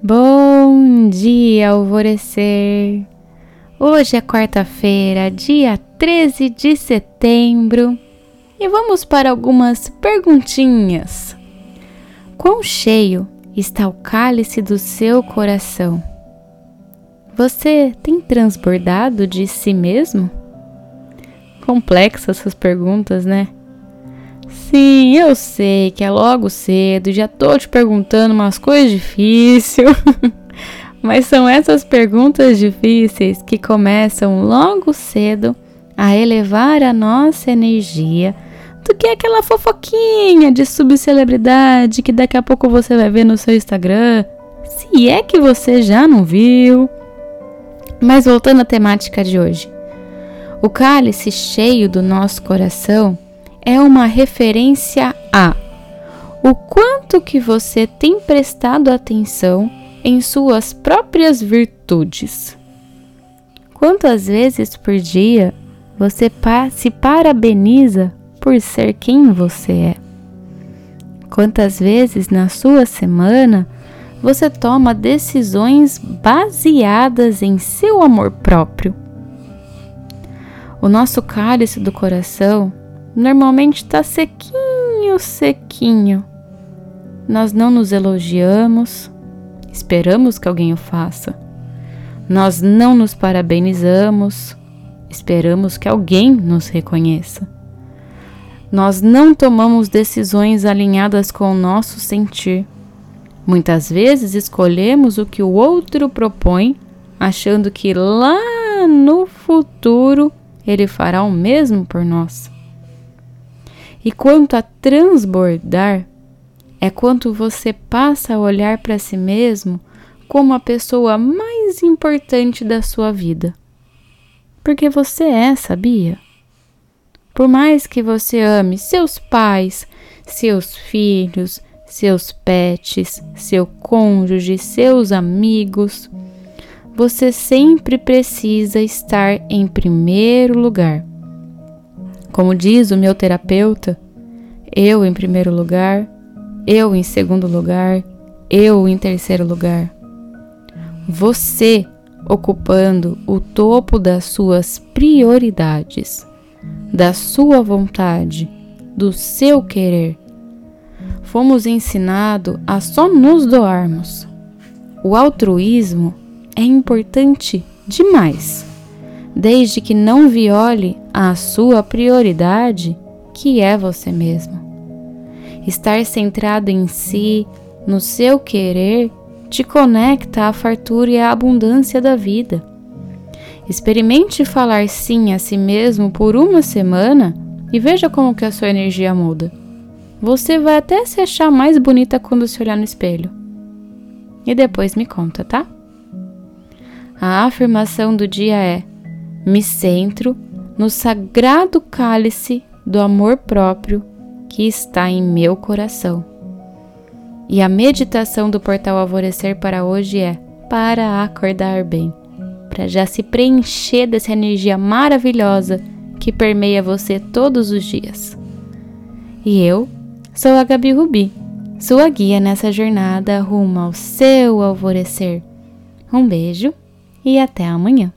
Bom dia, alvorecer! Hoje é quarta-feira, dia 13 de setembro, e vamos para algumas perguntinhas. Quão cheio está o cálice do seu coração? Você tem transbordado de si mesmo? Complexas essas perguntas, né? Sim, eu sei que é logo cedo, já tô te perguntando umas coisas difíceis, mas são essas perguntas difíceis que começam logo cedo a elevar a nossa energia do que aquela fofoquinha de subcelebridade que daqui a pouco você vai ver no seu Instagram, se é que você já não viu. Mas voltando à temática de hoje, o cálice cheio do nosso coração é uma referência a o quanto que você tem prestado atenção em suas próprias virtudes. Quantas vezes por dia você se parabeniza por ser quem você é? Quantas vezes na sua semana você toma decisões baseadas em seu amor próprio? O nosso cálice do coração normalmente está sequinho. Nós não nos elogiamos, esperamos que alguém o faça. Nós não nos parabenizamos, esperamos que alguém nos reconheça. Nós não tomamos decisões alinhadas com o nosso sentir. Muitas vezes escolhemos o que o outro propõe, achando que lá no futuro ele fará o mesmo por nós. E quanto a transbordar, é quando você passa a olhar para si mesmo como a pessoa mais importante da sua vida. Porque você é, sabia? Por mais que você ame seus pais, seus filhos, seus pets, seu cônjuge, seus amigos, você sempre precisa estar em primeiro lugar. Como diz o meu terapeuta, eu em primeiro lugar, eu em segundo lugar, eu em terceiro lugar. Você ocupando o topo das suas prioridades, da sua vontade, do seu querer. Fomos ensinados a só nos doarmos. O altruísmo é importante demais, desde que não viole a sua prioridade, que é você mesmo. Estar centrado em si, no seu querer, te conecta à fartura e à abundância da vida. Experimente falar sim a si mesmo por uma semana e veja como que a sua energia muda. Você vai até se achar mais bonita quando se olhar no espelho. E depois me conta, tá? A afirmação do dia é: me centro no sagrado cálice do amor próprio que está em meu coração. E a meditação do Portal Alvorecer para hoje é para acordar bem, para já se preencher dessa energia maravilhosa que permeia você todos os dias. E eu sou a Gabi Rubi, sua guia nessa jornada rumo ao seu alvorecer. Um beijo e até amanhã.